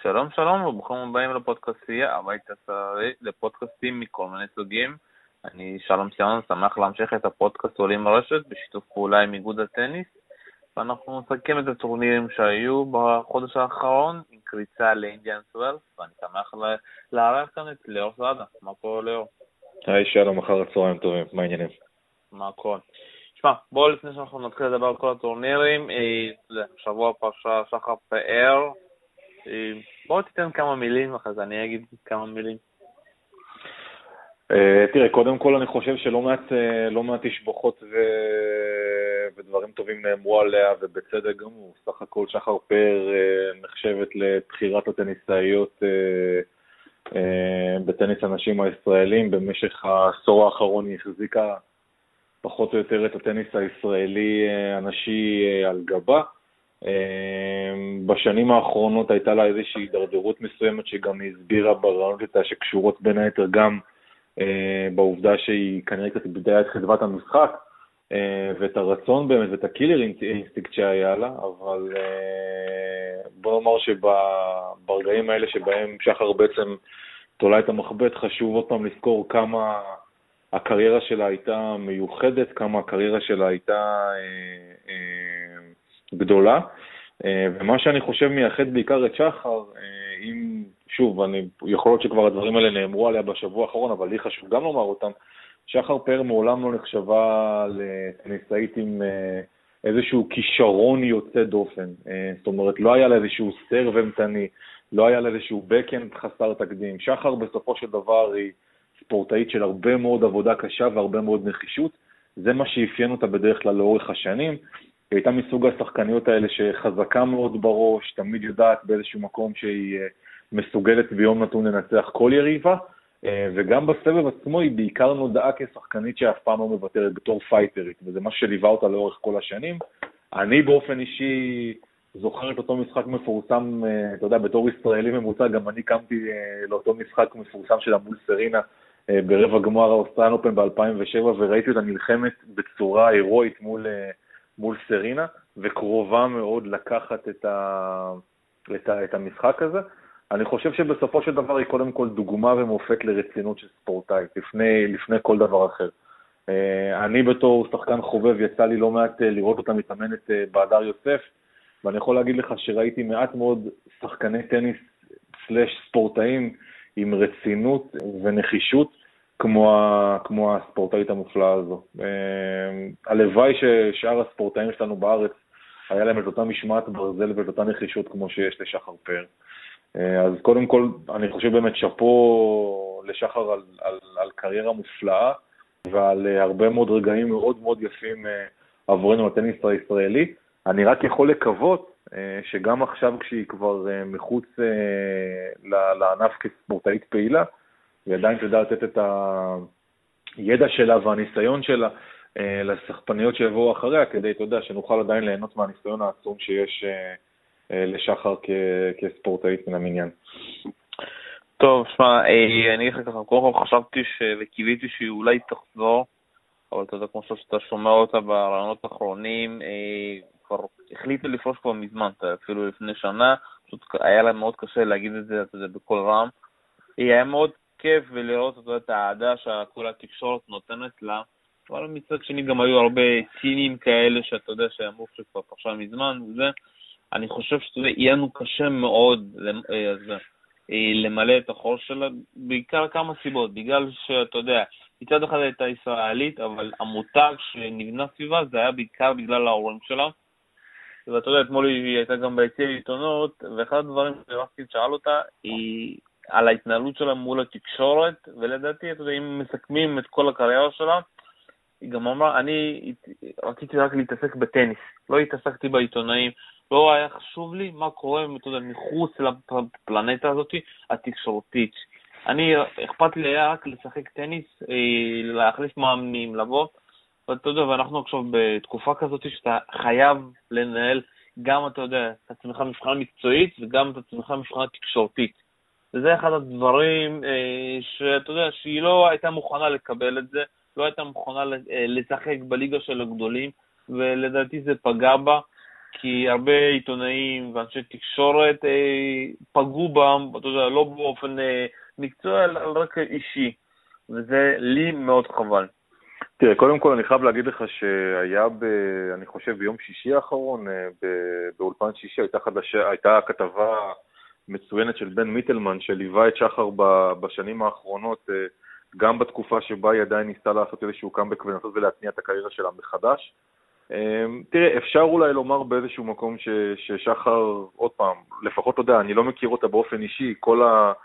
שלום שלום וברוכים הבאים לפודקאסטייה, הבית הסהרי, לפודקאסטים מכל מיני סוגים. אני שלום ציון, שמח להמשיך את הפודקאסט עולים ברשת בשיתוף פעולה עם איגוד הטניס, ואנחנו נסכם את הטורנירים שהיו בחודש האחרון עם קריצה לאינדיאנס וולס, ואני שמח לארח כאן את ליאור סעדה. מה פה ליאור? היי שלום, אחר הצהריים טובים, מה העניינים? מה הכל? תשמע, בואו לפני שאנחנו נתחיל לדבר על כל הטורנירים, שבוע פרשה שחר פאר, בואו תיתן כמה מילים, אחרי זה אני אגיד כמה מילים. תראה, קודם כל אני חושב שלא מעט תשבחות ודברים טובים נאמרו עליה, ובצדק גם הוא. סך הכל שחר פאר נחשבת לבחירת הטניסאיות בטניס הנשים הישראלים. במשך העשור האחרון היא החזיקה פחות או יותר את הטניס הישראלי הנשי על גבה. בשנים האחרונות הייתה לה איזושהי הידרדרות מסוימת שגם היא הסבירה ברעיונות איתה, שקשורות בין היתר גם בעובדה שהיא כנראה קצת איבדה את חדוות המשחק ואת הרצון באמת ואת הקילר אינסטינקט שהיה לה, אבל בוא נאמר שברגעים האלה שבהם שחר בעצם תולה את המחבט, חשוב עוד פעם לזכור כמה הקריירה שלה הייתה מיוחדת, כמה הקריירה שלה הייתה גדולה, ומה שאני חושב מייחד בעיקר את שחר, אם שוב, יכול להיות שכבר הדברים האלה נאמרו עליה בשבוע האחרון, אבל לי חשוב גם לומר אותם, שחר פאר מעולם לא נחשבה לטניסאית עם איזשהו כישרון יוצא דופן, זאת אומרת, לא היה לה איזשהו סרב אמתני, לא היה לה איזשהו בקאנד חסר תקדים. שחר בסופו של דבר היא ספורטאית של הרבה מאוד עבודה קשה והרבה מאוד נחישות, זה מה שאפיין אותה בדרך כלל לאורך השנים. היא הייתה מסוג השחקניות האלה שחזקה מאוד בראש, תמיד יודעת באיזשהו מקום שהיא מסוגלת ביום נתון לנצח כל יריבה, וגם בסבב עצמו היא בעיקר נודעה כשחקנית שאף פעם לא מוותרת בתור פייטרית, וזה מה שליווה אותה לאורך כל השנים. אני באופן אישי זוכר את אותו משחק מפורסם, אתה יודע, בתור ישראלי ממוצע, גם אני קמתי לאותו משחק מפורסם שלה מול סרינה ברבע גמר האוסטרליאן אופן ב-2007, וראיתי אותה נלחמת בצורה הירואית מול סרינה, וקרובה מאוד לקחת את המשחק הזה. אני חושב שבסופו של דבר היא קודם כל דוגמה ומופת לרצינות של ספורטאית, לפני כל דבר אחר. אני בתור שחקן חובב יצא לי לא מעט לראות אותה מתאמנת בהדר יוסף, ואני יכול להגיד לך שראיתי מעט מאוד שחקני טניס סלש ספורטאים עם רצינות ונחישות, כמו הספורטאית המופלאה הזו. הלוואי ששאר הספורטאים שלנו בארץ היה להם את אותה משמעת ברזל ואת אותה נחישות כמו שיש לשחר פאר. אז קודם כל אני חושב באמת שפו לשחר על קריירה מופלאה ועל הרבה מאוד רגעים מאוד מאוד יפים עבורנו לטניס הישראלי. אני רק יכול לקוות שגם עכשיו כשהיא כבר מחוץ לענף כספורטאית פעילה, היא עדיין תדע לתת את הידע שלה והניסיון שלה לשחקניות שיבואו אחריה, כדי, אתה יודע, שנוכל עדיין ליהנות מהניסיון העצום שיש לשחר כספורטאית מן המניין. טוב, שמע, אני ככה קודם כל חשבתי וקיוויתי שהיא אולי תחזור, אבל אתה יודע, כמו שאתה שומע אותה ברעיונות האחרונים, כבר החליטה לפרוש כבר מזמן, אפילו לפני שנה, פשוט היה לה מאוד קשה להגיד את זה, אתה יודע, בכל רם. היה מאוד כיף ולראות את האהדה שכל התקשורת נותנת לה, אבל מצד שני גם היו הרבה צינים כאלה שאתה יודע שאמרו שכבר פרשה מזמן וזה. אני חושב שיהיה לנו קשה מאוד למלא את החור שלה, בעיקר כמה סיבות, בגלל שאתה יודע, מצד אחד הייתה ישראלית, אבל המותג שנבנה סביבה זה היה בעיקר בגלל ההורים שלה, ואתה יודע, אתמול היא הייתה גם ביציע עיתונות, ואחד הדברים שרציתי שאל אותה היא על ההתנהלות שלה מול התקשורת, ולדעתי, אתה יודע, אם מסכמים את כל הקריירה שלה, היא גם אמרה, אני רציתי רק להתעסק בטניס, לא התעסקתי בעיתונאים, לא היה חשוב לי מה קורה, אתה יודע, מחוץ לפלנטה הזאת, התקשורתית. אני, אכפת לי היה רק לשחק טניס, להחליף מאמנים, לבוא, ואתה יודע, ואנחנו עכשיו בתקופה כזאת שאתה חייב לנהל גם, אתה יודע, את עצמך מבחינה מקצועית, וגם את עצמך מבחינה תקשורתית. וזה אחד הדברים שאתה יודע, שהיא לא הייתה מוכנה לקבל את זה, לא הייתה מוכנה לשחק בליגה של הגדולים, ולדעתי זה פגע בה, כי הרבה עיתונאים ואנשי תקשורת פגעו בם, אתה יודע, לא באופן מקצועי, אלא על רקע אישי, וזה לי מאוד חבל. תראה, קודם כל אני חייב להגיד לך שהיה, אני חושב, ביום שישי האחרון, באולפן שישי, הייתה כתבה מצוינת של בן מיטלמן, שליווה את שחר בשנים האחרונות, גם בתקופה שבה היא עדיין ניסתה לעשות איזשהו קאמבק ולנסות ולהתניע את הקריירה שלה מחדש. תראה, אפשר אולי לומר באיזשהו מקום ששחר, עוד פעם, לפחות, אתה יודע, אני לא מכיר אותה באופן אישי, כל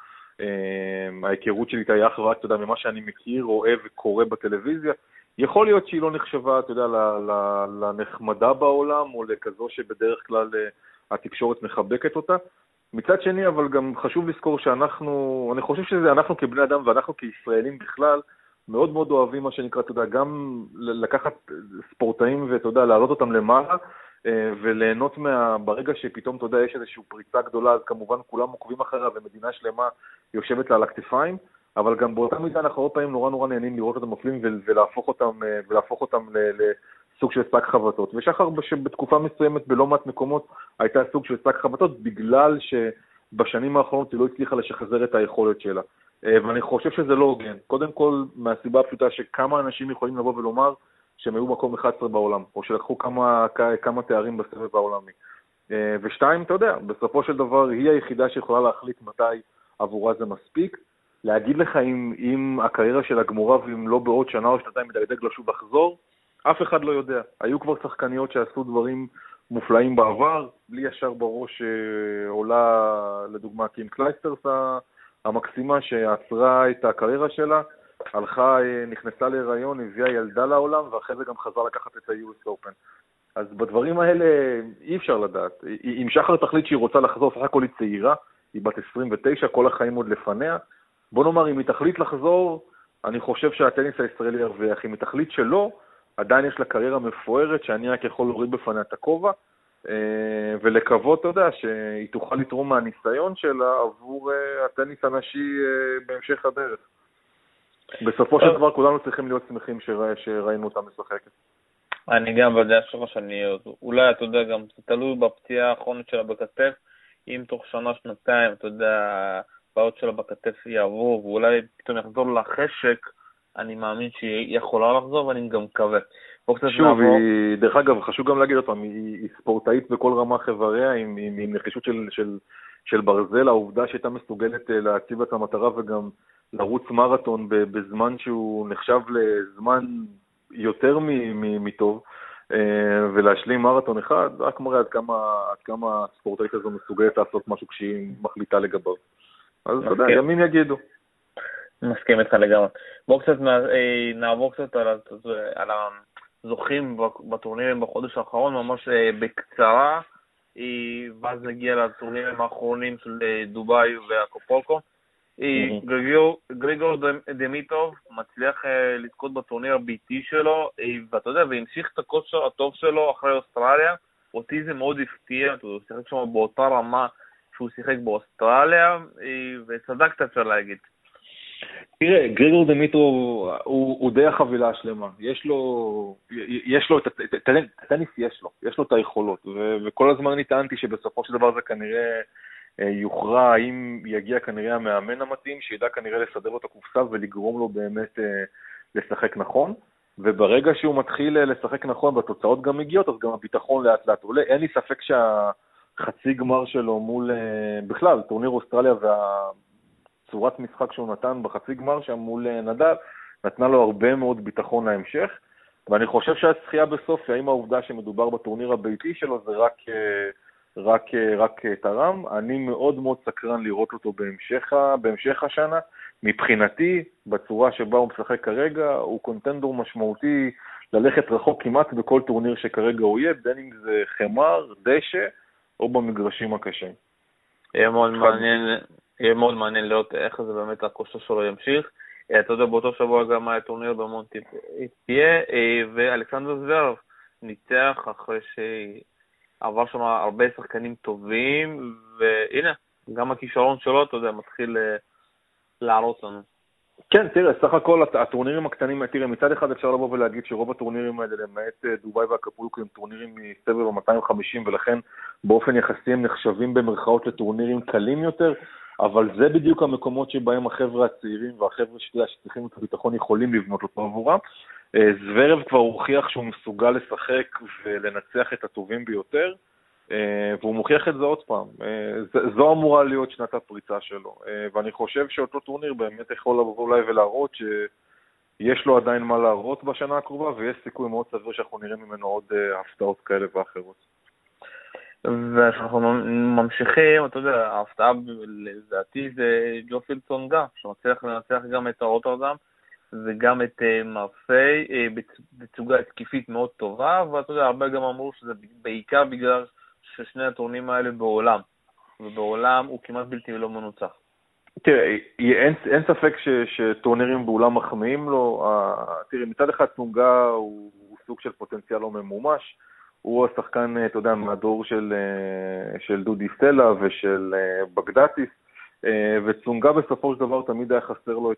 ההיכרות שלי איתה היא רק, אתה יודע, ממה שאני מכיר, רואה וקורא בטלוויזיה, יכול להיות שהיא לא נחשבה, אתה יודע, לנחמדה בעולם, או לכזו שבדרך כלל התקשורת מחבקת אותה. מצד שני, אבל גם חשוב לזכור שאנחנו, אני חושב שזה אנחנו כבני אדם ואנחנו כישראלים בכלל, מאוד מאוד אוהבים מה שנקרא, אתה יודע, גם לקחת ספורטאים ואתה יודע, להעלות אותם למעלה, וליהנות ברגע שפתאום, אתה יודע, יש איזושהי פריצה גדולה, אז כמובן כולם עוקבים אחריה ומדינה שלמה יושבת לה על הכתפיים, אבל גם באותה מידה אנחנו הרבה פעמים נורא נהנים לראות אותם מפלים ולהפוך אותם לסוג של שק חבטות. ושחר בתקופה מסוימת בלא מעט מקומות הייתה סוג של שק חבטות, בגלל שבשנים האחרונות היא לא הצליחה לשחזר את היכולת שלה. ואני חושב שזה לא הוגן. קודם כל, מהסיבה הפשוטה שכמה אנשים יכולים לבוא ולומר שהם היו מקום 11 בעולם, או שלקחו כמה תארים בסבב העולמי. ושתיים, אתה יודע, בסופו של דבר היא היחידה שיכולה להחליט מתי עבורה זה מספיק. להגיד לך אם הקריירה שלה גמורה ואם לא בעוד שנה או שנתיים מדגדג לשוב לחזור, אף אחד לא יודע. היו כבר שחקניות שעשו דברים מופלאים בעבר, לי ישר בראש עולה לדוגמה קים קלייסטרס המקסימה שעצרה את הקריירה שלה, נכנסה להיריון, הביאה ילדה לעולם, ואחרי זה גם חזרה לקחת את ה-US Open. אז בדברים האלה אי אפשר לדעת. אם שחר תחליט שהיא רוצה לחזור, סך הכל היא צעירה, היא בת 29, כל החיים עוד לפניה. בוא נאמר, אם היא תחליט לחזור, אני חושב שהטניס הישראלי ירוויח. אם היא תחליט שלא, עדיין יש לה קריירה מפוארת, שאני רק יכול להוריד בפניה את הכובע, ולקוות, אתה יודע, שהיא תוכל לתרום מהניסיון שלה עבור הטניס הנשי בהמשך הדרך. בסופו של דבר כולנו צריכים להיות שמחים שראינו אותה משחקת. אני גם בדעה שלך שאני אולי, אתה יודע, גם זה תלוי בפציעה האחרונה שלה בכתף, אם תוך שנה, שנתיים, אתה יודע, הבעיות שלה בכתף יעברו, ואולי פתאום יחזור לחשק, אני מאמין שהיא יכולה לחזור, ואני גם מקווה. שוב, דרך אגב, חשוב גם להגיד אותם, היא ספורטאית בכל רמה חבריה, עם נחישות של ברזל, העובדה שהייתה מסוגלת להציב את המטרה וגם לרוץ מרתון בזמן שהוא נחשב לזמן יותר מטוב, ולהשלים מרתון אחד, רק מראה עד כמה הספורטאית הזו מסוגלת לעשות משהו כשהיא מחליטה לגביו. אז אתה יודע, ימים יגידו. מסכים איתך לגמרי. בואו קצת נעבור קצת על הזוכים בטורנירים בחודש האחרון, ממש בקצרה, ואז נגיע לטורנירים האחרונים של דובאי והקופולקו. גריגור דמיטרוב מצליח לזכות בטורניר הביתי שלו, ואתה יודע, והמשיך את הכושר הטוב שלו אחרי אוסטרליה. אותי זה מאוד הפתיע, הוא שיחק שם באותה רמה שהוא שיחק באוסטרליה, וצדקת אפשר להגיד. תראה, גריגור דמיטרוב הוא די החבילה השלמה. יש לו את הטניס, יש לו את היכולות, וכל הזמן אני טענתי שבסופו של דבר זה כנראה יוכרע, האם יגיע כנראה המאמן המתאים, שידע כנראה לסדר לו את הקופסה ולגרום לו באמת לשחק נכון, וברגע שהוא מתחיל לשחק נכון והתוצאות גם מגיעות, אז גם הביטחון לאט לאט עולה. אין לי ספק שהחצי גמר שלו מול, בכלל, טורניר אוסטרליה צורת משחק שהוא נתן בחצי גמר שם מול נדל, נתנה לו הרבה מאוד ביטחון להמשך, ואני חושב שהזכייה בסוף, האם העובדה שמדובר בטורניר הביתי שלו, זה רק תרם. אני מאוד מאוד סקרן לראות אותו בהמשך השנה. מבחינתי, בצורה שבה הוא משחק כרגע, הוא קונטנדור משמעותי ללכת רחוק כמעט בכל טורניר שכרגע הוא יהיה, בין אם זה חמר, דשא, או במגרשים הקשים. יהיה מאוד מעניין לראות איך זה באמת הכושר שלו ימשיך. אתה יודע, באותו שבוע גם היה טורניר במונטי תהיה, ואלכסנדר זוורב ניצח אחרי שעבר שם הרבה שחקנים טובים, והנה, גם הכישרון שלו, אתה יודע, מתחיל לעלות לנו. כן, תראה, סך הכל הטורנירים הקטנים, תראה, מצד אחד אפשר לבוא ולהגיד שרוב הטורנירים האלה, למעט דובאי והאקפולקו, הם טורנירים מסבב ה-250, ולכן באופן יחסי הם נחשבים במרכאות לטורנירים קלים יותר, אבל זה בדיוק המקומות שבהם החבר'ה הצעירים והחבר'ה שצריכים את הביטחון יכולים לבנות אותו עבורם. זוורב כבר הוכיח שהוא מסוגל לשחק ולנצח את הטובים ביותר, והוא מוכיח את זה עוד פעם. זו אמורה להיות שנת הפריצה שלו, ואני חושב שאותו טורניר באמת יכול לבוא אולי ולהראות שיש לו עדיין מה להראות בשנה הקרובה, ויש סיכוי מאוד סביר שאנחנו נראה ממנו עוד הפתעות כאלה ואחרות. ואנחנו ממשיכים, אתה יודע, ההפתעה לדעתי זה ג'ופיל צונגה, שמצליח לנצח גם את רוטרדם וגם את מרסיי בצוגה התקיפית מאוד טובה, ואתה יודע, הרבה גם אמרו שזה בעיקר בגלל ששני הטורנים האלה בעולם, ובעולם הוא כמעט בלתי לא מנוצח. תראה, אין ספק שטורנירים בעולם מחמיאים לו. תראה, מצד אחד צונגה הוא סוג של פוטנציאל לא ממומש, הוא השחקן, אתה יודע, מהדור של דודי סטלה ושל בגדטיס, וצונגה בסופו של דבר תמיד היה חסר לו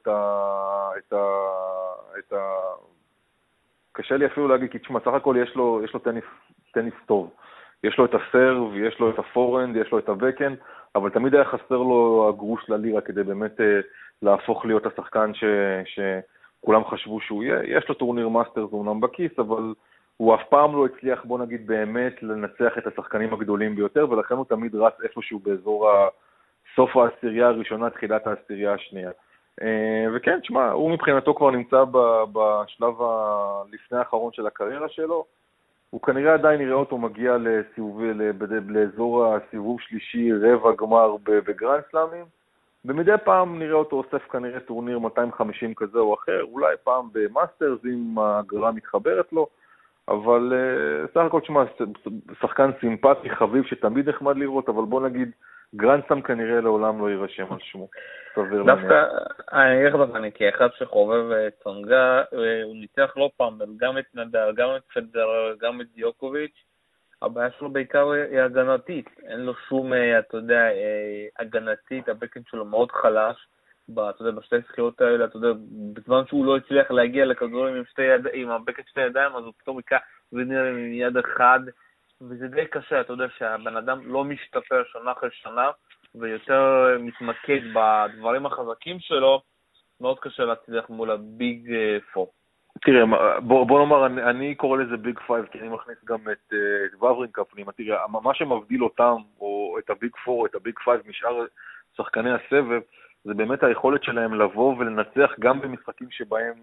את ה... קשה לי אפילו להגיד, כי תשמע, סך הכל יש לו טניס טוב. יש לו את הסרב, יש לו את הפורנד, יש לו את הבקן, אבל תמיד היה חסר לו הגרוש ללירה כדי באמת להפוך להיות השחקן שכולם חשבו שהוא יהיה. יש לו טורניר מאסטרס אומנם בכיס, אבל הוא אף פעם לא הצליח, בוא נגיד, באמת לנצח את השחקנים הגדולים ביותר, ולכן הוא תמיד רץ איפשהו באזור סוף העשירייה הראשונה, תחילת העשירייה השנייה. וכן, תשמע, הוא מבחינתו כבר נמצא בשלב לפני האחרון של הקריירה שלו, הוא כנראה עדיין נראה אותו מגיע לאזור הסיבוב שלישי, רבע גמר בגרנד סלאמים, ומדי פעם נראה אותו אוסף כנראה טורניר 250 כזה או אחר, אולי פעם במאסטרס אם הגרלה מתחברת לו, אבל סך הכל תשמע, שחקן סימפטי, חביב שתמיד נחמד לראות, אבל בוא נגיד, גרנד סלאם כנראה לעולם לא יירשם על שמו. דווקא, אני אגיד לך, כאחד שחובב צונגה, הוא ניצח לא פעם, גם את נדל, גם את פדרר, גם את דיוקוביץ', הבעיה שלו בעיקר היא הגנתית, אין לו שום, אתה יודע, הגנתית, הבקן שלו מאוד חלש, אתה יודע, בשתי זכיות האלה, אתה יודע, בזמן שהוא לא הצליח להגיע לכדורים עם הבקן שתי ידיים, אז הוא פתאום יקע ונראה עם יד אחד, וזה די קשה, אתה יודע, שהבן אדם לא משתפר שנה אחרי שנה, ויותר מתמקד בדברים החזקים שלו, מאוד קשה להצליח מול הביג פור. תראה, בוא נאמר, אני קורא לזה ביג פייב, כי אני מכניס גם את וברינקה פנימה. תראה, מה שמבדיל אותם, או את הביג פור, את הביג פייב משאר שחקני הסבב, זה באמת היכולת שלהם לבוא ולנצח גם במשחקים שבהם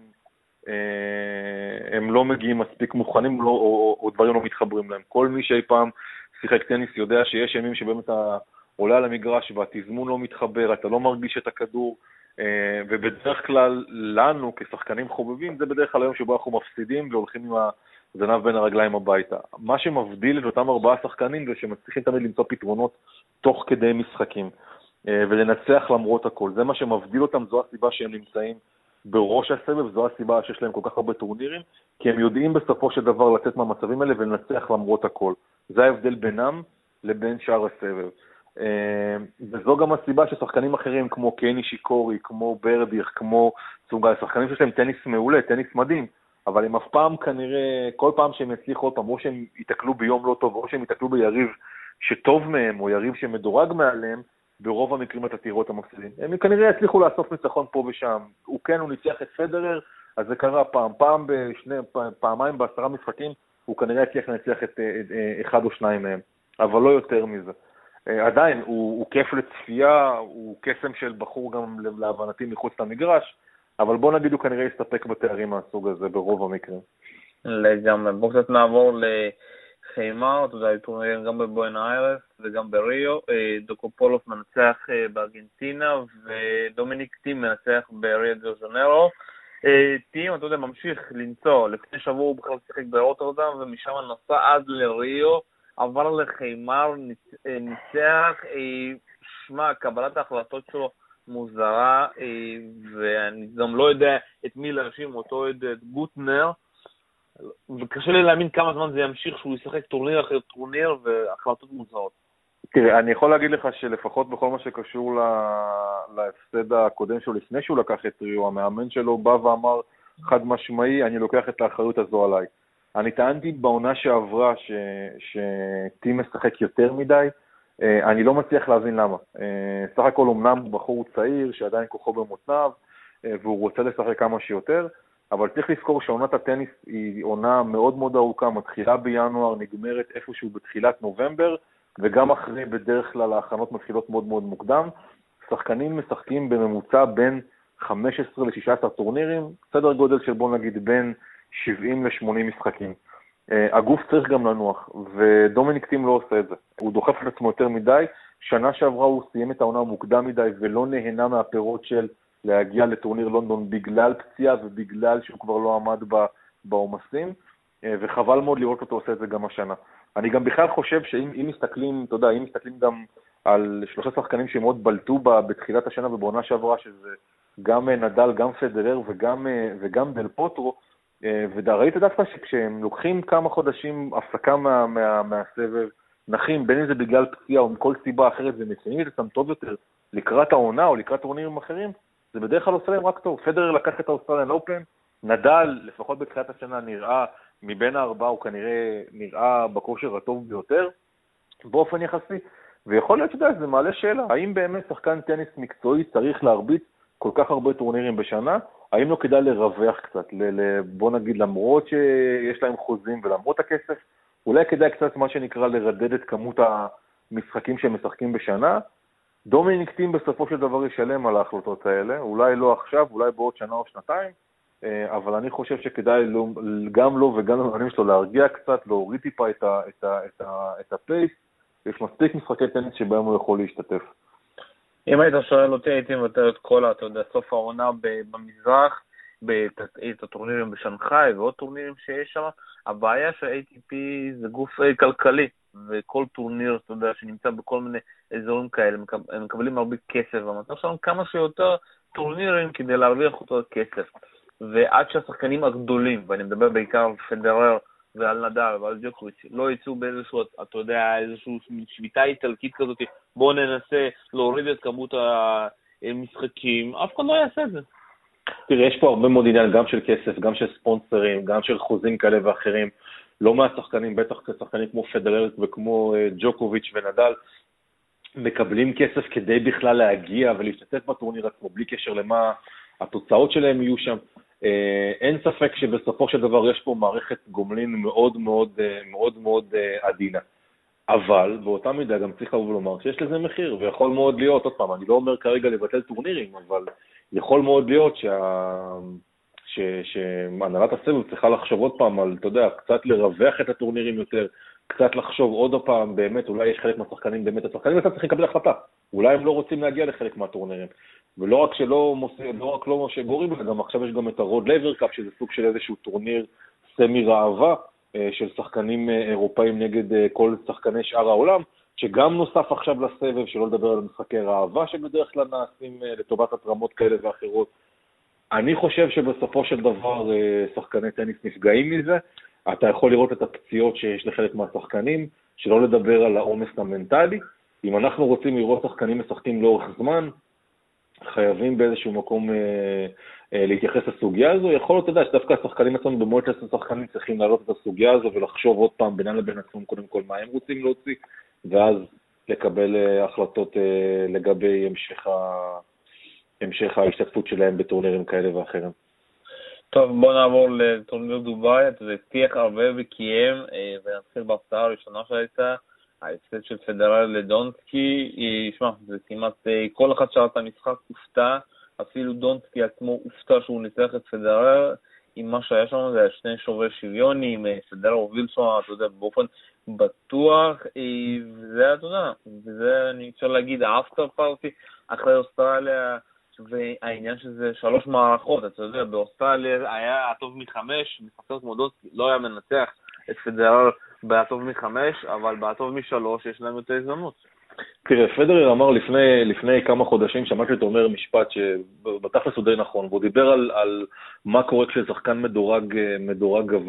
הם לא מגיעים מספיק מוכנים, או דברים לא מתחברים להם. כל מי שאי פעם שיחק טניס יודע שיש ימים שבאמת אתה עולה על המגרש והתזמון לא מתחבר, אתה לא מרגיש את הכדור, ובדרך כלל לנו כשחקנים חובבים זה בדרך כלל היום שבו אנחנו מפסידים והולכים עם הזנב בין הרגליים הביתה. מה שמבדיל את אותם 4 שחקנים זה שמצליחים תמיד למצוא פתרונות תוך כדי משחקים ולנצח למרות הכל. זה מה שמבדיל אותם, זו הסיבה שהם נמצאים בראש הסבב, זו הסיבה שיש להם כל כך הרבה טורנירים, כי הם יודעים בסופו של דבר לצאת מהמצבים האלה ולנצח למרות הכל. זה ההבדל בינם לבין שאר הסבב. וזו גם הסיבה ששחקנים אחרים כמו קני שיקורי, כמו ברדיך, כמו צונגה, שחקנים שיש להם טניס מעולה, טניס מדהים, אבל הם אף פעם כנראה, כל פעם שהם יצליחו עוד פעם, או שהם יתקלו ביום לא טוב, או שהם יתקלו ביריב שטוב מהם, או יריב שמדורג מעליהם, ברוב המקרים אתה תראו אותם מפסידים. הם כנראה יצליחו לאסוף ניצחון פה ושם. הוא ניצח את פדרר, אז זה קרה פעמיים ב10 משחקים, הוא כנראה יצליח לנצח את אחד או שניים מהם, אבל לא יותר מזה. עדיין, הוא כיף לצפייה, הוא קסם של בחור גם להבנתי מחוץ למגרש, אבל בוא נגיד הוא כנראה יסתפק בתארים מהסוג הזה ברוב המקרים. לגמרי, בואו קצת נעבור לחיימר, אתה יודע, טורנירים גם בבואנוס איירס וגם בריו, דוקופולוף מנצח בארגנטינה ודומיניק טים מנצח בריו דה ז'נרו. טים, אתה יודע, ממשיך למצוא, לפני שבוע הוא בכלל שיחק ברוטרדם ומשם נסע עד לריו, עבר לחיימר, ניצח, שמע, קבלת ההחלטות שלו מוזרה, ואני גם לא יודע את מי להאשים, אותו את גוטנר, וקשה לי להאמין כמה זמן זה ימשיך שהוא ישחק טורניר אחרי טורניר והחלטות מוזרות. תראה, אני יכול להגיד לך שלפחות בכל מה שקשור להפסד הקודם שלו לפני שהוא לקח את ריו, המאמן שלו בא ואמר חד משמעי, אני לוקח את האחריות הזו עליי. אני טענתי בעונה שעברה שטים משחק יותר מדי, אני לא מצליח להבין למה. סך הכל אמנם הוא בחור צעיר שעדיין כוחו במותניו, והוא רוצה לשחק כמה שיותר, אבל צריך לזכור שעונת הטניס היא עונה מאוד מאוד ארוכה, מתחילה בינואר, נגמרת איפשהו בתחילת נובמבר, וגם אחרי בדרך כלל ההכנות מתחילות מאוד מאוד מוקדם. שחקנים משחקים בממוצע בין 15 ל-16 טורנירים, סדר גודל של בוא נגיד בין 70 ל-80 משחקים. הגוף צריך גם לנוח, ודומיניק טים לא עושה את זה. הוא דוחף את עצמו יותר מדי, שנה שעברה הוא סיים את העונה מוקדם מדי ולא נהנה מהפירות של להגיע לטורניר לונדון בגלל פציעה ובגלל שהוא כבר לא עמד בעומסים, וחבל מאוד לראות אותו עושה את זה גם השנה. אני גם בכלל חושב שאם מסתכלים, אתה יודע, אם מסתכלים גם על שלושה שחקנים שמאוד בלטו בתחילת השנה ובעונה שעברה, שזה גם נדל, גם פדרר וגם דל פוטרו, וראית דווקא שכשהם לוקחים כמה חודשים הפסקה מהסבב, נחים, בין אם זה בגלל פציעה או מכל סיבה אחרת, ומסיימים את עצמם טוב יותר לקראת העונה או לקראת טורנירים אחרים, זה בדרך כלל עושה להם רק טוב. פדרר לקח את האוסטרליאן אופן, נדל, לפחות בתחילת השנה, נראה, מבין הארבעה הוא כנראה נראה בכושר הטוב ביותר, באופן יחסי, ויכול להיות שזה מעלה שאלה, האם באמת שחקן טניס מקצועי צריך להרביץ כל כך הרבה טורנירים בשנה, האם לא כדאי לרווח קצת, בוא נגיד למרות שיש להם חוזים ולמרות הכסף, אולי כדאי קצת מה שנקרא לרדד את כמות המשחקים שהם משחקים בשנה. דומיניק טים בסופו של דבר ישלם על ההחלטות האלה, אולי לא עכשיו, אולי בעוד שנה או שנתיים, אבל אני חושב שכדאי גם לו וגם למאמנים שלו להרגיע קצת, להוריד טיפה את הפייס, יש מספיק משחקי טניס שבהם הוא יכול להשתתף. אם היית שואל אותי, הייתי מבטל את כל, אתה יודע, סוף העונה במזרח, את הטורנירים בשנגחאי ועוד טורנירים שיש שם. הבעיה של ATP זה גוף כלכלי, וכל טורניר, אתה יודע, שנמצא בכל מיני אזורים כאלה, הם מקבלים הרבה כסף, והמצב שלנו כמה שיותר טורנירים כדי להרוויח אותו כסף. ועד שהשחקנים הגדולים, ואני מדבר בעיקר על פדרר ועל נדל ועל ג'וקוביץ', לא יצאו באיזשהו, אתה יודע, איזשהו שביתה איטלקית כזאת, בואו ננסה להוריד את כמות המשחקים, אף אחד לא יעשה את זה. תראה, יש פה הרבה מאוד עניין, גם של כסף, גם של ספונסרים, גם של חוזים כאלה ואחרים, לא מהשחקנים, בטח כשחקנים כמו פדרר וכמו ג'וקוביץ' ונדל, מקבלים כסף כדי בכלל להגיע ולהשתתף בטורניר עצמו, בלי קשר למה התוצאות שלהם יהיו שם. אין ספק שבסופו של דבר יש פה מערכת גומלין מאוד מאוד מאוד מאוד עדינה. אבל באותה מידה גם צריך לבוא לומר שיש לזה מחיר, ויכול מאוד להיות, עוד פעם, אני לא אומר כרגע לבטל טורנירים, אבל יכול מאוד להיות שהנהלת הסבב צריכה לחשוב עוד פעם על, אתה יודע, קצת לרווח את הטורנירים יותר, קצת לחשוב עוד פעם, באמת, אולי יש חלק מהשחקנים, באמת, השחקנים באמת צריכים לקבל החלטה. אולי הם לא רוצים להגיע לחלק מהטורנירים. ולא רק לא שגורים, גם עכשיו יש גם את הרוד לייבר קאפ, שזה סוג של איזשהו טורניר סמי רעבה, של שחקנים אירופאים נגד כל שחקני שאר העולם, שגם נוסף עכשיו לסבב, שלא לדבר על משחקי רעבה, שבדרך כלל נעשים לטובת התרמות כאלה ואחרות. אני חושב שבסופו של דבר שחקני טניס נפגעים מזה, אתה יכול לראות את הפציעות שיש לחלק מהשחקנים, שלא לדבר על העומס המנטלי. אם אנחנו רוצים לראות שחקנים משחקים לאורך זמן, חייבים באיזשהו מקום להתייחס לסוגיה הזו. יכול להיות, אתה יודע, שדווקא השחקנים עצמם במועצת השחקנים צריכים להעלות את הסוגיה הזו ולחשוב עוד פעם בינם לבין עצמם קודם כל מה הם רוצים להוציא, ואז לקבל החלטות לגבי המשך ההשתתפות שלהם בטורנירים כאלה ואחרים. טוב, בוא נעבור לטורניר דובאי. זה הבטיח הרבה וקיים, ונתחיל בהפתעה הראשונה שהייתה, ההפסד של פדרר לדונסקי. ישמע, זה כמעט כל אחד שראה את המשחק הופתע, אפילו דונסקי עצמו הופתע שהוא ניצח את פדרר, עם מה שהיה שם, זה היה שני שובר שוויונים, פדרר הוביל שם, אתה יודע, באופן בטוח, וזה, אתה יודע, וזה, אני אפשר להגיד, האפטר פארטי אחרי אוסטרליה, והעניין שזה 3 מערכות, אתה יודע, באוסטרליה היה הטוב מ5, משחקות כמו דונסקי, לא היה מנצח את פדרר בהטוב מ5, אבל בהטוב מ3 יש להם יותר הזדמנות. תראה, פדרר אמר לפני כמה חודשים, שמעתי אותו אומר משפט שבתכלס הוא די נכון, והוא דיבר על מה קורה כששחקן מדורג גבוה,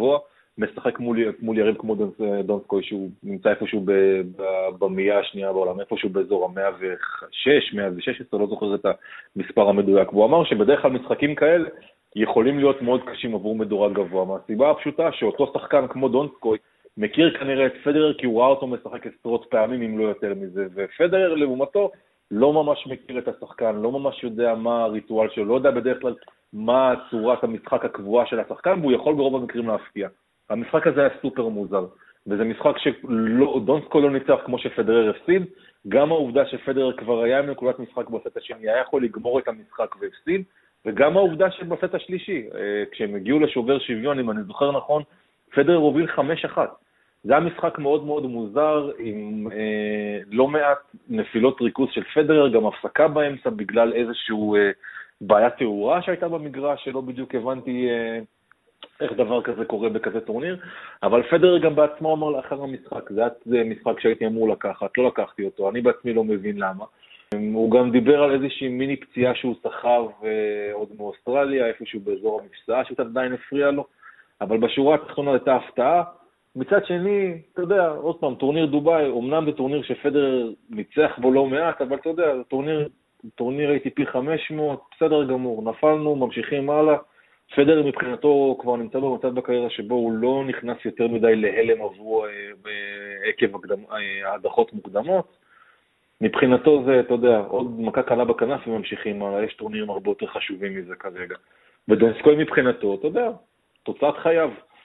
משחק מול יריב כמו דונסקוי, שהוא נמצא איפשהו במאה השנייה בעולם, איפשהו באזור ה-106, 116, לא זוכר את המספר המדויק, והוא אמר שבדרך כלל משחקים כאלה יכולים להיות מאוד קשים עבור מדורג גבוה, מהסיבה הפשוטה שאותו שחקן כמו דונסקוי מכיר כנראה את פדרר, כי הוא ראה אותו משחק עשרות פעמים, אם לא יותר מזה, ופדרר לעומתו לא ממש מכיר את השחקן, לא ממש יודע מה הריטואל שלו, לא יודע בדרך כלל מה צורת המשחק הקבועה של השחקן, והוא יכול ברוב המקרים להפתיע. המשחק הזה היה סופר מוזר, וזה משחק שדונסקוי לא ניצח כמו שפדרר הפסיד, גם העובדה שפדרר כבר היה עם נקודת משחק בסט השני, היה יכול לגמור את המשחק והפסיד, וגם העובדה שבסט השלישי, כשהם הגיעו לשובר שוויון, אם אני זוכר נכון, פדרר הוביל 5-1. זה היה משחק מאוד מאוד מוזר, עם לא מעט נפילות ריכוז של פדרר, גם הפסקה באמצע בגלל איזשהו בעיה תאורה שהייתה במגרש, שלא בדיוק הבנתי איך דבר כזה קורה בכזה טורניר, אבל פדרר גם בעצמו אמר לאחר המשחק, זה משחק שהייתי אמור לקחת, לא לקחתי אותו, אני בעצמי לא מבין למה. הוא גם דיבר על איזושהי מיני פציעה שהוא סחב עוד מאוסטרליה, איפשהו באזור המפסעה, שאתה עדיין הפריע לו, אבל בשורה התחתונה הייתה הפתעה. מצד שני, אתה יודע, עוד פעם, טורניר דובאי, אמנם זה טורניר שפדרר ניצח בו לא מעט, אבל אתה יודע, טורניר ATP 500, בסדר גמור, נפלנו, ממשיכים הלאה. פדרר מבחינתו כבר נמצא במצב בקריירה שבו הוא לא נכנס יותר מדי להלם עברו עקב ההדחות מוקדמות. מבחינתו זה, אתה יודע, עוד מכה קלה בכנף וממשיכים הלאה, יש טורנירים הרבה יותר חשובים מזה כרגע. ודונסקוי מבחינתו, אתה יודע, תוצאת חייו.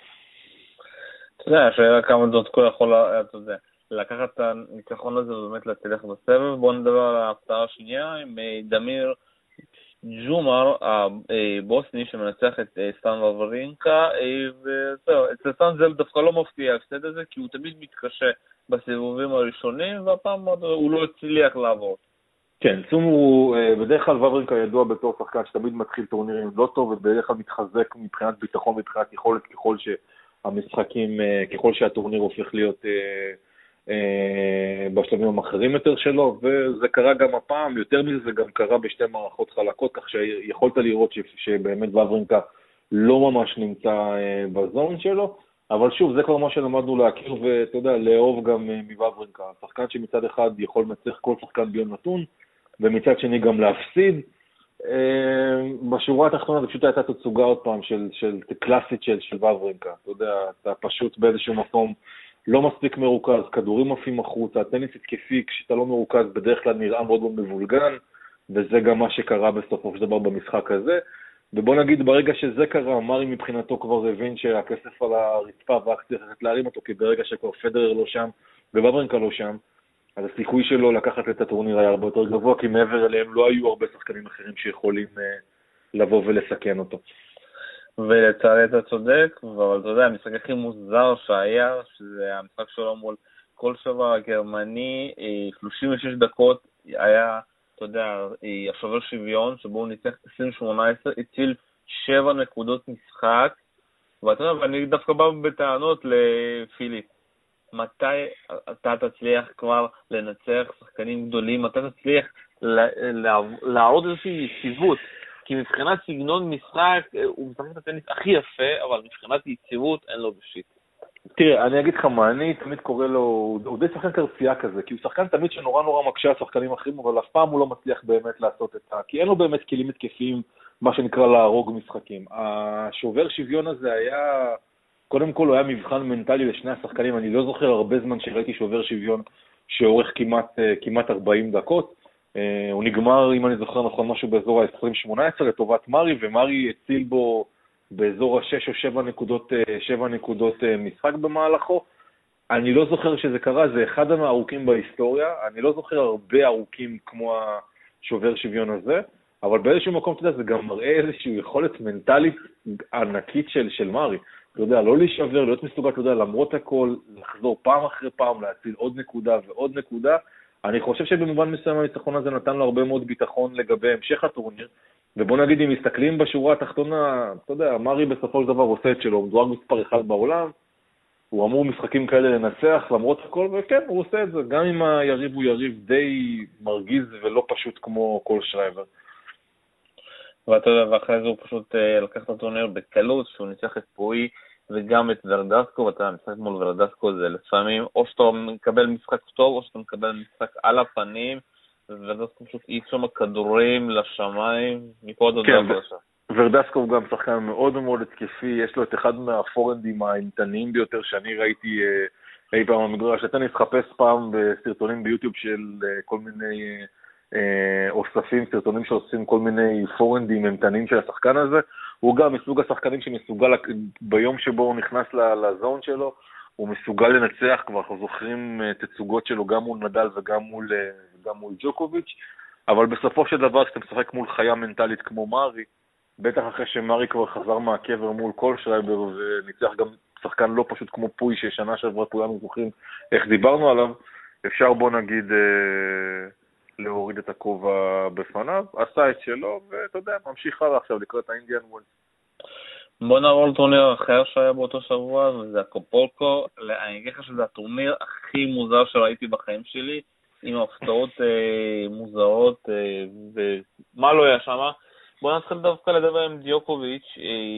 אתה יודע, השאלה כמה דונסקוי יכול, אתה יודע, לקחת את הניצחון הזה ובאמת להצליח בסבב. בואו נדבר על ההפתעה השנייה עם דמיר ג'ומר, הבוסני שמנצח את סטן וברינקה, וזהו, אצל סטן זה דווקא לא מפתיע ההפסד הזה, כי הוא תמיד מתקשה בסיבובים הראשונים, והפעם הוא לא הצליח לעבור. כן, צום הוא, בדרך כלל וברינקה ידוע בתור שחקן שתמיד מתחיל טורנירים לא טוב, ובדרך כלל מתחזק מבחינת ביטחון, מבחינת יכולת, ככל שהטורניר הופך להיות בשלבים המאחרים יותר שלו, וזה קרה גם הפעם, יותר מזה זה גם קרה בשתי מערכות חלקות, כך שיכולת לראות שבאמת וברינקה לא ממש נמצא בזון שלו, אבל שוב, זה כבר מה שלמדנו להכיר ואתה יודע, לאהוב גם מוברינקה, שחקן שמצד אחד יכול לנצח כל שחקן ביום נתון, ומצד שני גם להפסיד. בשורה התחתונה זה פשוט הייתה תצוגה עוד פעם של קלאסית של וברינקה, אתה יודע, אתה פשוט באיזשהו מקום לא מספיק מרוכז, כדורים עפים החוצה, הטניס התקפי, כשאתה לא מרוכז בדרך כלל נראה מאוד מאוד מבולגן, וזה גם מה שקרה בסופו של דבר במשחק הזה. ובוא נגיד, ברגע שזה קרה, מארי מבחינתו כבר הבין שהכסף על הרצפה ואך צריך להרים אותו, כי ברגע שכבר פדרר לא שם וברינקה לא שם, אז הסיכוי שלו לקחת את הטורניר היה הרבה יותר גבוה, כי מעבר אליהם לא היו הרבה שחקנים אחרים שיכולים לבוא ולסכן אותו. ולצערי אתה צודק, אבל אתה יודע, המשחק הכי מוזר שהיה, שזה המשחק שלו מול כל שבוע הגרמני, 36 דקות היה, אתה יודע, השובר שוויון, שבו הוא ניצח 2018, הציל 7 נקודות משחק, ואתה יודע, ואני דווקא בא בטענות לפיליפ, מתי אתה תצליח כבר לנצח שחקנים גדולים, מתי תצליח להראות איזושהי יציבות, כי מבחינת סגנון משחק, הוא משחק את הטניס הכי יפה, אבל מבחינת יציבות אין לו בשיט. תראה, אני אגיד לך מה, אני תמיד קורא לו, הוא די שחקן קרצייה כזה, כי הוא שחקן תמיד שנורא מקשה על שחקנים אחרים, אבל אף פעם הוא לא מצליח באמת לעשות את זה, כי אין לו באמת כלים התקפיים, מה שנקרא להרוג משחקים. השובר שוויון הזה היה, קודם כל הוא היה מבחן מנטלי לשני השחקנים, אני לא זוכר הרבה זמן שראיתי שובר שוויון שאורך כמעט 40 דקות, הוא נגמר, אם אני זוכר נכון, משהו באזור ה-2018 לטובת מארי, ומארי הציל בו באזור ה-6 או 7 נקודות משחק במהלכו. אני לא זוכר שזה קרה, זה אחד מהארוכים בהיסטוריה, אני לא זוכר הרבה ארוכים כמו השובר שוויון הזה, אבל באיזשהו מקום, אתה יודע, זה גם מראה איזושהי יכולת מנטלית ענקית של מארי. אתה יודע, לא להישבר, להיות מסוגל, אתה יודע, למרות הכל, לחזור פעם אחרי פעם, להציל עוד נקודה ועוד נקודה. אני חושב שבמובן מסוים הניצחון הזה נתן לו הרבה מאוד ביטחון לגבי המשך הטורניר, ובוא נגיד, אם מסתכלים בשורה התחתונה, אתה יודע, מארי בסופו של דבר עושה את שלו, הוא מדורג מספר אחד בעולם, הוא אמור משחקים כאלה לנצח למרות הכל, וכן, הוא עושה את זה, גם אם היריב הוא יריב די מרגיז ולא פשוט כמו כל שרייבר. ואתה יודע, ואחרי זה הוא פשוט לקח את הטורניר בקלות, שהוא ניצח את פרואי וגם את ורדסקו, ואתה משחק מול ורדסקו, זה לפעמים, או שאתה מקבל משחק טוב, או שאתה מקבל משחק על הפנים, ורדסקו פשוט העיף שם כדורים לשמיים, מפה עד הודעה חדשה. ורדסקו הוא גם שחקן מאוד מאוד התקפי, יש לו את אחד מהפורנדים האימתניים ביותר שאני ראיתי אי פעם במגרש. יצא לי לחפש פעם בסרטונים ביוטיוב של כל מיני אוספים, סרטונים שעושים כל מיני פורנדים אימתניים של השחקן הזה. הוא גם מסוג השחקנים שמסוגל, ביום שבו הוא נכנס לזון שלו, הוא מסוגל לנצח, כבר אנחנו זוכרים תצוגות שלו גם מול נדל וגם מול ג'וקוביץ', אבל בסופו של דבר כשאתה משחק מול חיה מנטלית כמו מארי, בטח אחרי שמארי כבר חזר מהקבר מול כל שרייבר וניצח גם שחקן לא פשוט כמו פוי ששנה שעברה כולנו זוכרים איך דיברנו עליו, אפשר בוא נגיד להוריד את הכובע בפניו, עשה את שלו ואתה יודע, ממשיך הלאה עכשיו לקראת האינדיאן וולס. בוא נעבור לטורניר אחר שהיה באותו שבוע, וזה הקופולקו. אני אגיד לך שזה הטורניר הכי מוזר שראיתי בחיים שלי, עם הפתעות מוזרות, ומה לא היה שם. בוא נתחיל דווקא לדבר עם דיוקוביץ'.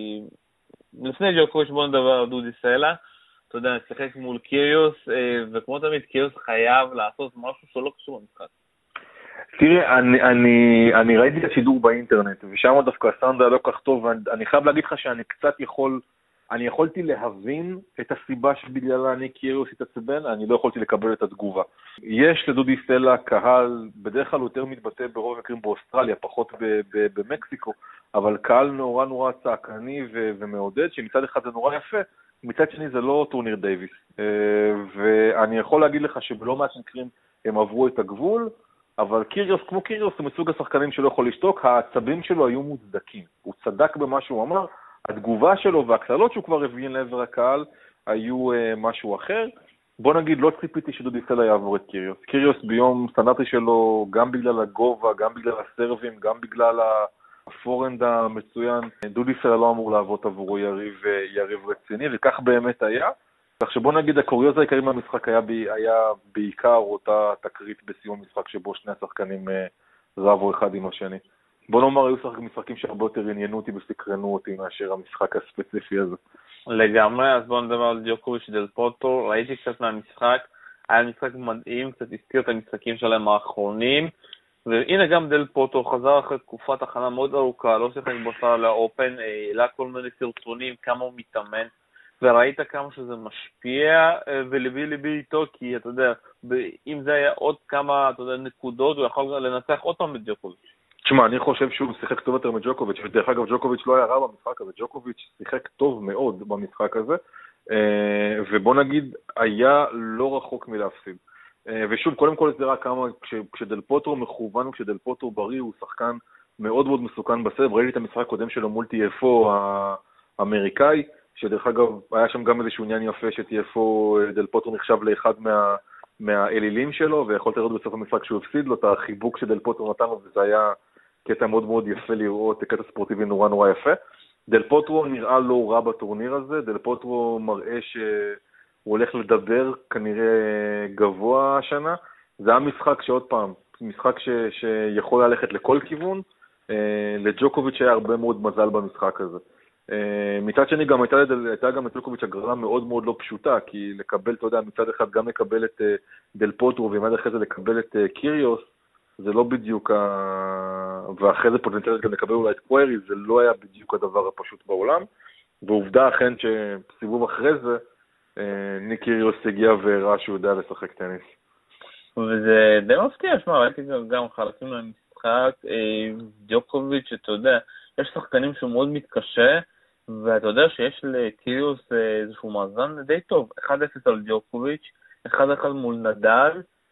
לפני דיוקוביץ' בוא נדבר על דודי סלע. אתה יודע, נשחק מול קיריוס, וכמו תמיד קיריוס חייב לעשות משהו שלא קשור במשחק. תראה, אני ראיתי את השידור באינטרנט, ושם דווקא הסאונד היה לא כך טוב, ואני חייב להגיד לך שאני קצת יכולתי להבין את הסיבה שבגללה אני קיריוס התעצבן, אני לא יכולתי לקבל את התגובה. יש לדודי סלע קהל, בדרך כלל יותר מתבטא ברוב המקרים באוסטרליה, פחות במקסיקו, אבל קהל נורא צעקני ומעודד, שמצד אחד זה נורא יפה, מצד שני זה לא טורניר דייביס. ואני יכול להגיד לך שבלא מעט מקרים הם עברו את הגבול, אבל קיריוס, כמו קיריוס, הוא מסוג השחקנים שלא יכול לשתוק, העצבים שלו היו מוצדקים. הוא צדק במה שהוא אמר, התגובה שלו והקללות שהוא כבר הבין לעבר הקהל היו משהו אחר. בוא נגיד, לא ציפיתי שדודי סלע יעבור את קיריוס. קיריוס ביום סטנדרטי שלו, גם בגלל הגובה, גם בגלל הסרבים, גם בגלל הפורנד המצוין, דודי סלע לא אמור לעבוד עבורו יריב רציני, וכך באמת היה. כך שבוא נגיד, הקוריוז העיקרי מהמשחק היה בעיקר אותה תקרית בסיום המשחק שבו שני השחקנים רבו אחד עם השני. בוא נאמר, היו משחקים שהרבה יותר עניינו אותי וסקרנו אותי מאשר המשחק הספציפי הזה. לגמרי, אז בוא נדבר על דיוקוביץ' דל פוטרו. ראיתי קצת מהמשחק, היה משחק מדהים, קצת הזכיר את המשחקים שלהם האחרונים, והנה גם דל פוטרו חזר אחרי תקופת הכנה מאוד ארוכה, לא שיחק בוסר לאופן, העלה כל מיני סרטונים, כמה הוא מתאמן, וראית כמה שזה משפיע, וליבי איתו, כי אתה יודע, אם זה היה עוד כמה נקודות, הוא יכול לנצח עוד פעם בדיוקוביץ'. תשמע, אני חושב שהוא שיחק טוב יותר מג'וקוביץ', ודרך אגב ג'וקוביץ' לא היה רע במשחק הזה, ג'וקוביץ' שיחק טוב מאוד במשחק הזה, ובוא נגיד, היה לא רחוק מלהפסיד. ושוב, קודם כל זה רק כמה, כשדל פוטרו מכוון וכשדל פוטרו בריא, הוא שחקן מאוד מאוד מסוכן בסרב. ראיתי את המשחק הקודם שלו מול TFO האמריקאי, שדרך אגב היה שם גם איזשהו עניין יפה ש-TFO דל פוטרו נחשב לאחד מהאלילים שלו, ויכולת לראות בסוף המשחק שהוא הפסיד לו את החיבוק שדל פוטרו נתן לו, וזה היה קטע מאוד מאוד יפה לראות, קטע ספורטיבי נורא יפה. דל פוטרו נראה לא רע בטורניר הזה, דל פוטרו מראה שהוא הולך לדבר כנראה גבוה השנה. זה היה משחק שעוד פעם, משחק שיכול ללכת לכל כיוון, לג'וקוביץ' היה הרבה מאוד מזל במשחק הזה. מצד שני גם הייתה גם לג'וקוביץ' הגרלה מאוד מאוד לא פשוטה, כי לקבל, אתה יודע, מצד אחד גם לקבל את דל פוטרו, ומיד אחרי זה לקבל את קיריוס, זה לא בדיוק, ואחרי זה פוטנציאלית גם לקבל אולי את קווירי, זה לא היה בדיוק הדבר הפשוט בעולם, ועובדה אכן שסיבוב אחרי זה, ניק קיריוס הגיע והראה שהוא יודע לשחק טניס. וזה די מפתיע, שמע, ראיתי גם חלקים מהמשחק, דיוקוביץ', אתה יודע, יש שחקנים שהוא מאוד מתקשה, ואתה יודע שיש לקיריוס איזשהו מאזן די טוב, 1-0 על דיוקוביץ', 1-1 מול נדל,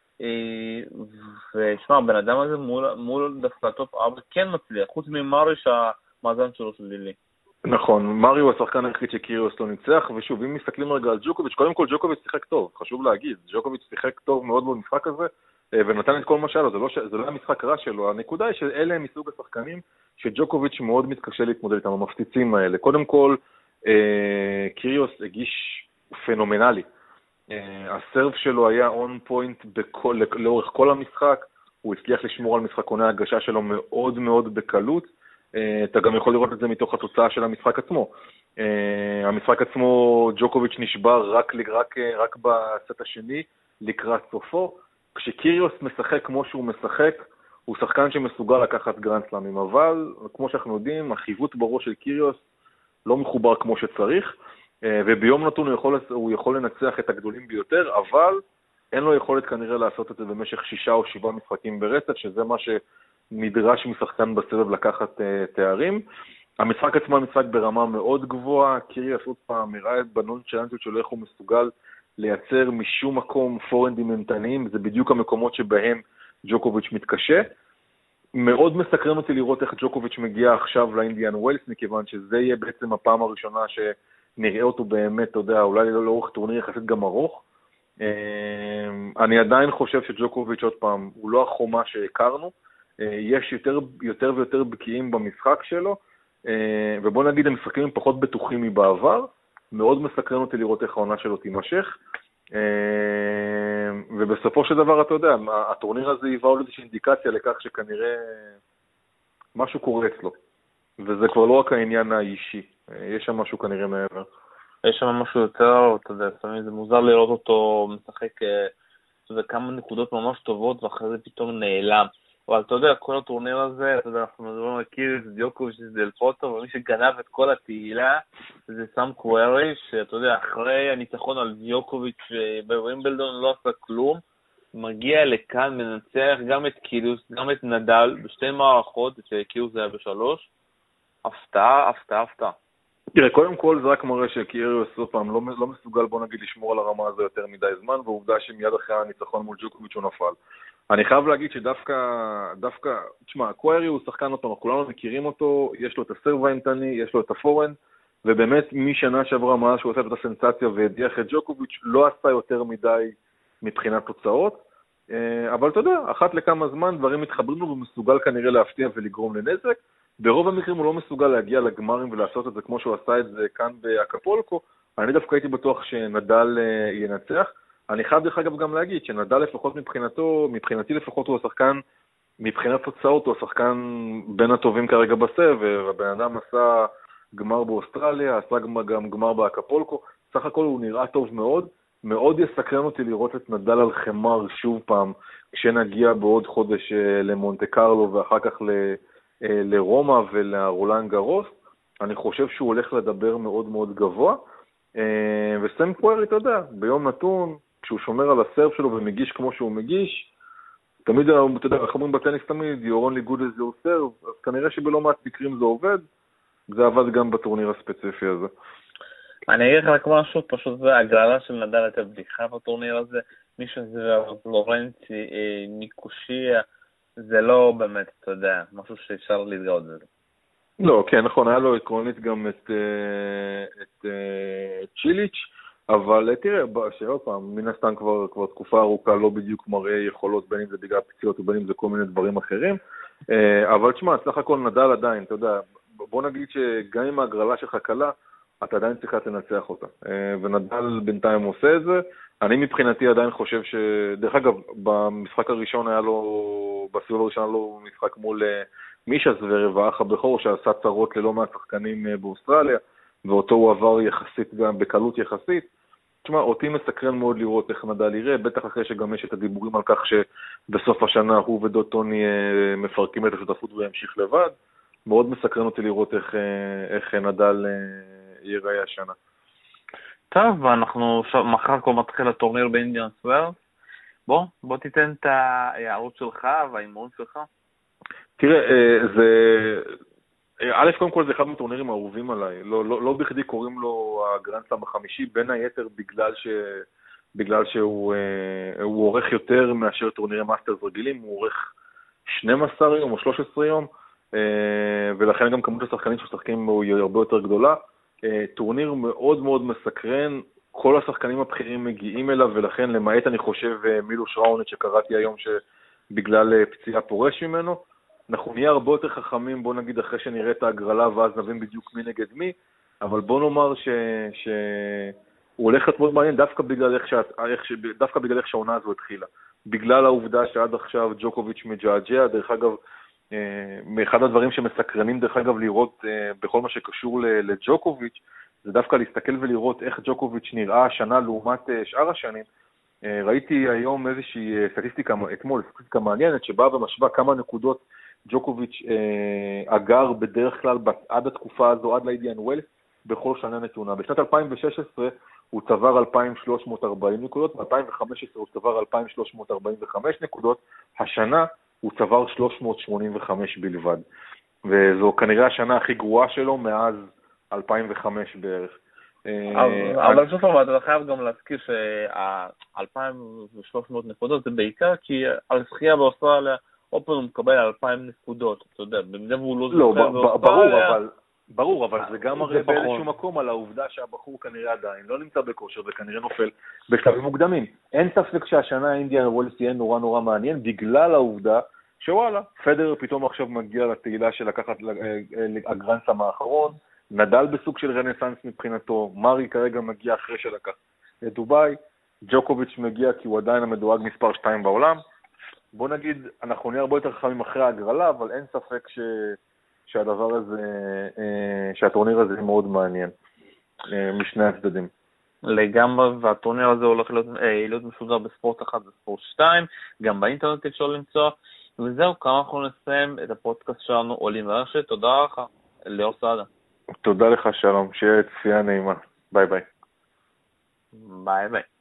ושמע, הבן אדם הזה מול דווקא טופ 4 כן מצליח, חוץ ממרי שהמאזן שלו שלילי. נכון, מרי הוא השחקן היחיד שקיריוס לא ניצח, ושוב, אם מסתכלים רגע על ג'וקוביץ', קודם כל ג'וקוביץ' שיחק טוב, חשוב להגיד, ג'וקוביץ' שיחק טוב מאוד במשחק הזה, ונתן את כל מה שהיה לו, זה לא היה משחק רע שלו, הנקודה היא שאלה הם מסוג השחקנים שג'וקוביץ' מאוד מתקשה להתמודד איתם, המפציצים האלה. קודם כל, קיריוס הגיש פנומנלי, הסרב שלו היה און פוינט לאורך כל המשחק, הוא הצליח לשמור על משחקוני ההגשה שלו מאוד מאוד בקלות, אתה גם יכול לראות את זה מתוך התוצאה של המשחק עצמו. המשחק עצמו, ג'וקוביץ' נשבר רק בסט השני, לקראת סופו. כשקיריוס משחק כמו שהוא משחק, הוא שחקן שמסוגל לקחת גרנד סלאמים, אבל כמו שאנחנו יודעים, החיווט בראש של קיריוס לא מחובר כמו שצריך, וביום נתון הוא יכול לנצח את הגדולים ביותר, אבל אין לו יכולת כנראה לעשות את זה במשך 6 או 7 משחקים ברצף, שזה מה שנדרש משחקן בסבב לקחת תארים. המשחק עצמו משחק ברמה מאוד גבוהה, קיריוס עוד פעם הראה את בנונשלנטיות שלו איך הוא מסוגל לייצר משום מקום פורנדים אימתניים, זה בדיוק המקומות שבהם ג'וקוביץ' מתקשה. מאוד מסקרן אותי לראות איך ג'וקוביץ' מגיע עכשיו לאינדיאן ווילס, מכיוון שזה יהיה בעצם הפעם הראשונה שנראה אותו באמת, אתה יודע, אולי לאורך טורניר יחסית גם ארוך. אני עדיין חושב שג'וקוביץ' עוד פעם, הוא לא החומה שהכרנו, יש יותר ויותר בקיאים במשחק שלו, ובוא נגיד, המשחקים פחות בטוחים מבעבר, מאוד מסקרן אותי לראות איך העונה שלו תימשך, ובסופו של דבר, אתה יודע, הטורניר הזה היווה עוד איזושהי אינדיקציה לכך שכנראה משהו קורה אצלו, וזה כבר לא רק העניין האישי, יש שם משהו כנראה מעבר. יש שם משהו יותר, אתה יודע, זה מוזר לראות אותו משחק, אתה יודע, כמה נקודות ממש טובות, ואחרי זה פתאום נעלם. אבל אתה יודע, כל הטורניר הזה, אתה יודע, אנחנו מדברים על קיריוס, דיוקוביץ', דל פוטו, ומי שגנב את כל התהילה, זה סאם קווירי, שאתה יודע, אחרי הניצחון על דיוקוביץ' בווימבלדון לא עשה כלום, מגיע לכאן, מנצח גם את קיריוס, גם את נדל, בשתי מערכות, שקיריוס זה היה ב3, הפתעה. תראה, קודם כל זה רק מראה שקיריוס סוף פעם לא מסוגל, בוא נגיד, לשמור על הרמה הזו יותר מדי זמן, ועובדה שמיד אחרי הניצחון מול ג'וקוביץ' הוא נפל. אני חייב להגיד שדווקא, תשמע, קווירי הוא שחקן אותו, כולנו מכירים אותו, יש לו את הסרב האימתני, יש לו את הפורנד, ובאמת משנה שעברה מאז שהוא עושה את הסנסציה והדיח את ג'וקוביץ' לא עשה יותר מדי מבחינת תוצאות, אבל אתה יודע, אחת לכמה זמן דברים מתחברים לו ומסוגל כנראה להפתיע ולגרום לנזק. ברוב המקרים הוא לא מסוגל להגיע לגמרים ולעשות את זה כמו שהוא עשה את זה כאן באקפולקו. אני דווקא הייתי בטוח שנדל ינצח. אני חייב דרך אגב גם להגיד שנדל לפחות מבחינתי לפחות הוא השחקן, מבחינת תוצאות הוא השחקן בין הטובים כרגע בסבב, והבן אדם עשה גמר באוסטרליה, עשה גם גמר באקפולקו, סך הכל הוא נראה טוב מאוד, מאוד יסקרן אותי לראות את נדל על חמר שוב פעם, כשנגיע בעוד חודש למונטה קרלו ואחר כך לרומא ולרולאן גרוס. אני חושב שהוא הולך לדבר מאוד מאוד גבוה, וסם קווירי, אתה יודע, ביום נתון, כשהוא שומר על הסרב שלו ומגיש כמו שהוא מגיש, תמיד, אתה יודע, איך אומרים בטניס תמיד, you're only good as your serve, אז כנראה שבלא מעט מקרים זה עובד, זה עבד גם בטורניר הספציפי הזה. אני אגיד לך רק משהו, פשוט זה הגרלה של נדל הייתה בדיחה בטורניר הזה, מישהו זה לורנצי, ניקושיה, זה לא באמת, אתה יודע, משהו שאפשר להתגאות בזה. לא, כן, נכון, היה לו עקרונית גם את צ'יליץ', אבל תראה, שעוד פעם, מן הסתם כבר תקופה ארוכה לא בדיוק מראה יכולות, בין אם זה בגלל פציעות ובין אם זה כל מיני דברים אחרים, אבל תשמע, סך הכל נדל עדיין, אתה יודע, בוא נגיד שגם עם ההגרלה שלך קלה, אתה עדיין צריכה לנצח אותה, ונדל בינתיים עושה את זה. אני מבחינתי עדיין חושב דרך אגב, במשחק הראשון היה לו, בסיבוב הראשון היה לו משחק מול מישה זוורב, האח הבכור, שעשה צרות ללא מעט שחקנים באוסטרליה, ואותו הוא עבר יחסית גם בקלות יחסית. תשמע, אותי מסקרן מאוד לראות איך נדל יראה, בטח אחרי שגם יש את הדיבורים על כך שבסוף השנה הוא ודוד טוני מפרקים את השותפות וימשיך לבד. מאוד מסקרן אותי לראות איך נדל ייראה השנה. טוב, ואנחנו מחר כבר מתחיל הטורניר באינדיאן ווילס. בוא תיתן את ההערות שלך והאימון שלך. תראה, א', קודם כל זה אחד מהטורנירים האהובים עליי, לא בכדי קוראים לו הגרנד סלאם החמישי, בין היתר בגלל שהוא עורך יותר מאשר טורנירי מאסטרס רגילים, הוא עורך 12 יום או 13 יום, ולכן גם כמות השחקנים ששחקים היא הרבה יותר גדולה. טורניר מאוד מאוד מסקרן, כל השחקנים הבכירים מגיעים אליו, ולכן למעט אני חושב מילוש ראוניץ' שקראתי היום שבגלל פציעה פורש ממנו, אנחנו נהיה הרבה יותר חכמים, בוא נגיד, אחרי שנראה את ההגרלה, ואז נבין בדיוק מי נגד מי, אבל בוא נאמר שהוא הולך להיות מאוד מעניין, דווקא בגלל איך שהעונה הזו התחילה. בגלל העובדה שעד עכשיו ג'וקוביץ' מג'עג'ע, דרך אגב, מאחד הדברים שמסקרנים דרך אגב לראות בכל מה שקשור לג'וקוביץ', זה דווקא להסתכל ולראות איך ג'וקוביץ' נראה השנה לעומת שאר השנים. ראיתי היום איזושהי אתמול סטטיסטיקה מעניינת, שבאה ומשווה כמה נקודות ג'וקוביץ' אגר בדרך כלל עד התקופה הזו, עד לאינדיאן ווילס, בכל שנה נתונה. בשנת 2016 הוא צבר 2,340 נקודות, ב-2015 הוא צבר 2,345 נקודות, השנה הוא צבר 385 בלבד. וזו כנראה השנה הכי גרועה שלו מאז 2005 בערך. אבל שוב פעם, אתה חייב גם להזכיר ש-2,300 נקודות זה בעיקר כי על זכייה באוסטרליה, אופן הוא מקבל 2,000 נקודות, אתה יודע, במידה והוא לא זוכר באוסטרליה. ברור, אבל זה גם מראה באיזשהו מקום על העובדה שהבחור כנראה עדיין לא נמצא בכושר וכנראה נופל בשלבים מוקדמים. אין ספק שהשנה האינדיאן ווילס תהיה נורא נורא מעניין, בגלל העובדה שוואלה, פדרר פתאום עכשיו מגיע לתהילה של לקחת הגרנדסלאם האחרון, נדל בסוג של רנסנס מבחינתו, מרי כרגע מגיע אחרי שלקח לדוביי, ג'וקוביץ' מגיע כי הוא עדיין המדורג מספר 2 בעולם. בוא נגיד, אנחנו נהיה הרבה יותר חכמים אחרי ההגרלה, אבל אין ספק שהדבר הזה, שהטורניר הזה מאוד מעניין משני הצדדים. לגמרי, והטורניר הזה הולך להיות משודר בספורט 1 וספורט 2, גם באינטרנט אפשר למצוא, וזהו, כמה אנחנו נסיים את הפודקאסט שלנו עולים לרשת. תודה לך, ליאור סעדה. תודה לך, שלום, שיהיה צפייה נעימה. ביי ביי. ביי ביי.